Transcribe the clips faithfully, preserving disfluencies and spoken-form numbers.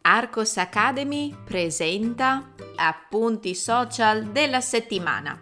Arcos Academy presenta Appunti social della settimana.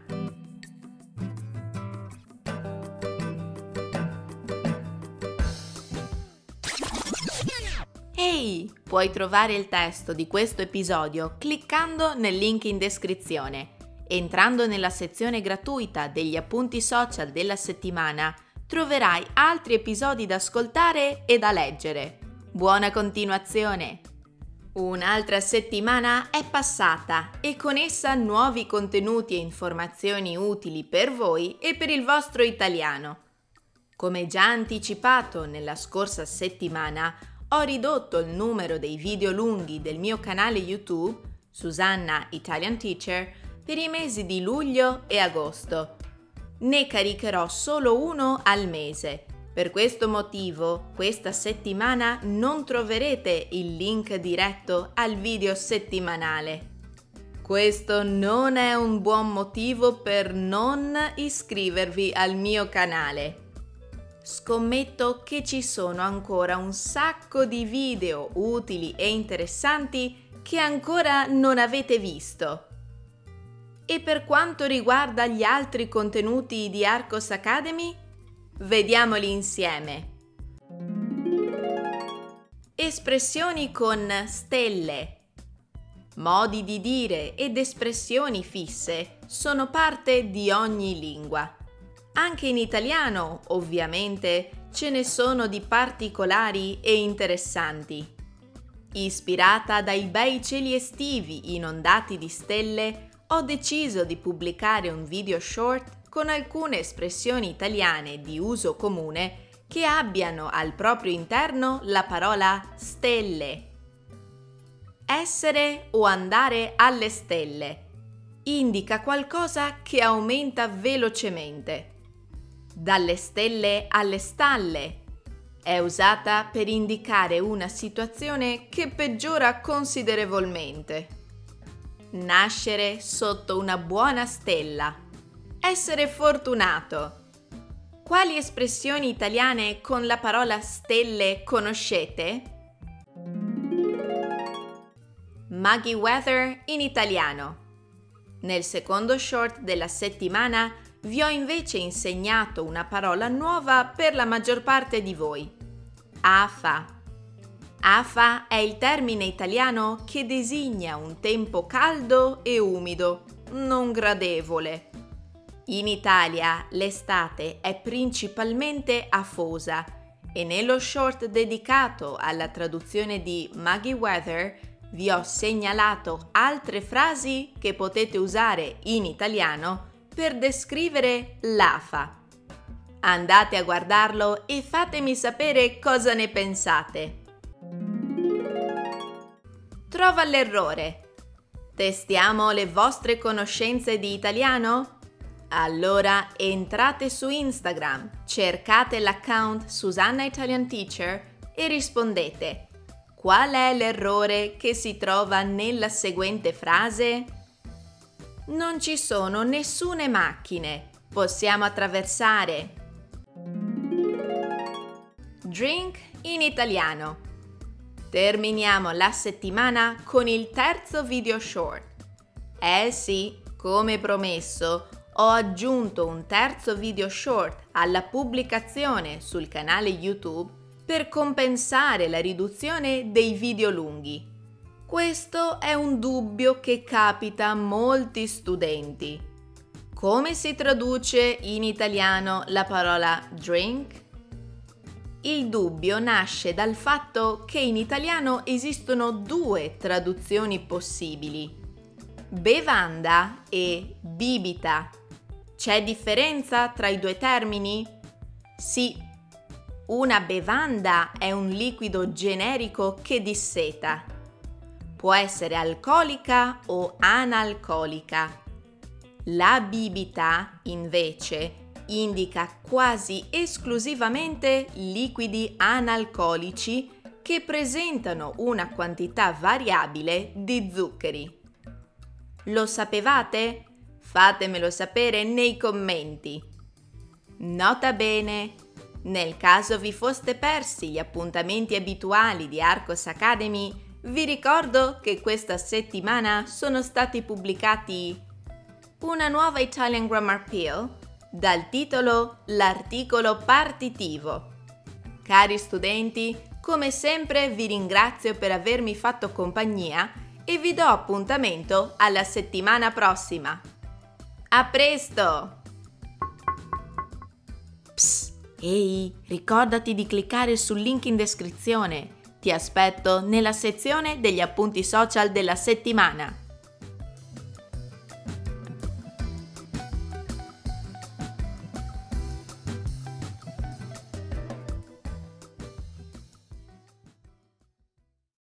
Ehi, puoi trovare il testo di questo episodio cliccando nel link in descrizione. Entrando nella sezione gratuita degli appunti social della settimana, troverai altri episodi da ascoltare e da leggere. Buona continuazione! Un'altra settimana è passata e con essa nuovi contenuti e informazioni utili per voi e per il vostro italiano. Come già anticipato nella scorsa settimana, ho ridotto il numero dei video lunghi del mio canale YouTube, Susanna Italian Teacher, per i mesi di luglio e agosto. Ne caricherò solo uno al mese. Per questo motivo, questa settimana non troverete il link diretto al video settimanale. Questo non è un buon motivo per non iscrivervi al mio canale. Scommetto che ci sono ancora un sacco di video utili e interessanti che ancora non avete visto. E per quanto riguarda gli altri contenuti di Arcos Academy, vediamoli insieme. Espressioni con stelle. Modi di dire ed espressioni fisse sono parte di ogni lingua. Anche in italiano, ovviamente, ce ne sono di particolari e interessanti. Ispirata dai bei cieli estivi inondati di stelle, ho deciso di pubblicare un video short con alcune espressioni italiane di uso comune che abbiano al proprio interno la parola stelle. Essere o andare alle stelle indica qualcosa che aumenta velocemente. Dalle stelle alle stalle è usata per indicare una situazione che peggiora considerevolmente. Nascere sotto una buona stella. Essere fortunato. Quali espressioni italiane con la parola stelle conoscete? Muggy weather in italiano. Nel secondo short della settimana vi ho invece insegnato una parola nuova per la maggior parte di voi. Afa. Afa è il termine italiano che designa un tempo caldo e umido, non gradevole. In Italia l'estate è principalmente afosa e nello short dedicato alla traduzione di Muggy weather vi ho segnalato altre frasi che potete usare in italiano per descrivere l'afa. Andate a guardarlo e fatemi sapere cosa ne pensate. Trova l'errore. Testiamo le vostre conoscenze di italiano? Allora entrate su Instagram, cercate l'account Susanna Italian Teacher e rispondete: qual è l'errore che si trova nella seguente frase? Non ci sono nessune macchine, possiamo attraversare. Drink in italiano. Terminiamo la settimana con il terzo video short. Eh sì, come promesso, ho aggiunto un terzo video short alla pubblicazione sul canale YouTube per compensare la riduzione dei video lunghi. Questo è un dubbio che capita a molti studenti. Come si traduce in italiano la parola drink? Il dubbio nasce dal fatto che in italiano esistono due traduzioni possibili: bevanda e bibita. C'è differenza tra i due termini? Sì. Una bevanda è un liquido generico che disseta. Può essere alcolica o analcolica. La bibita, invece, indica quasi esclusivamente liquidi analcolici che presentano una quantità variabile di zuccheri. Lo sapevate? Fatemelo sapere nei commenti. Nota bene, nel caso vi foste persi gli appuntamenti abituali di Arcos Academy, Vi ricordo che questa settimana sono stati pubblicati una nuova Italian Grammar Peel dal titolo L'articolo partitivo. Cari studenti, come sempre vi ringrazio per avermi fatto compagnia e vi do appuntamento alla settimana prossima. A presto! Psst, ehi, ricordati di cliccare sul link in descrizione. Ti aspetto nella sezione degli appunti social della settimana.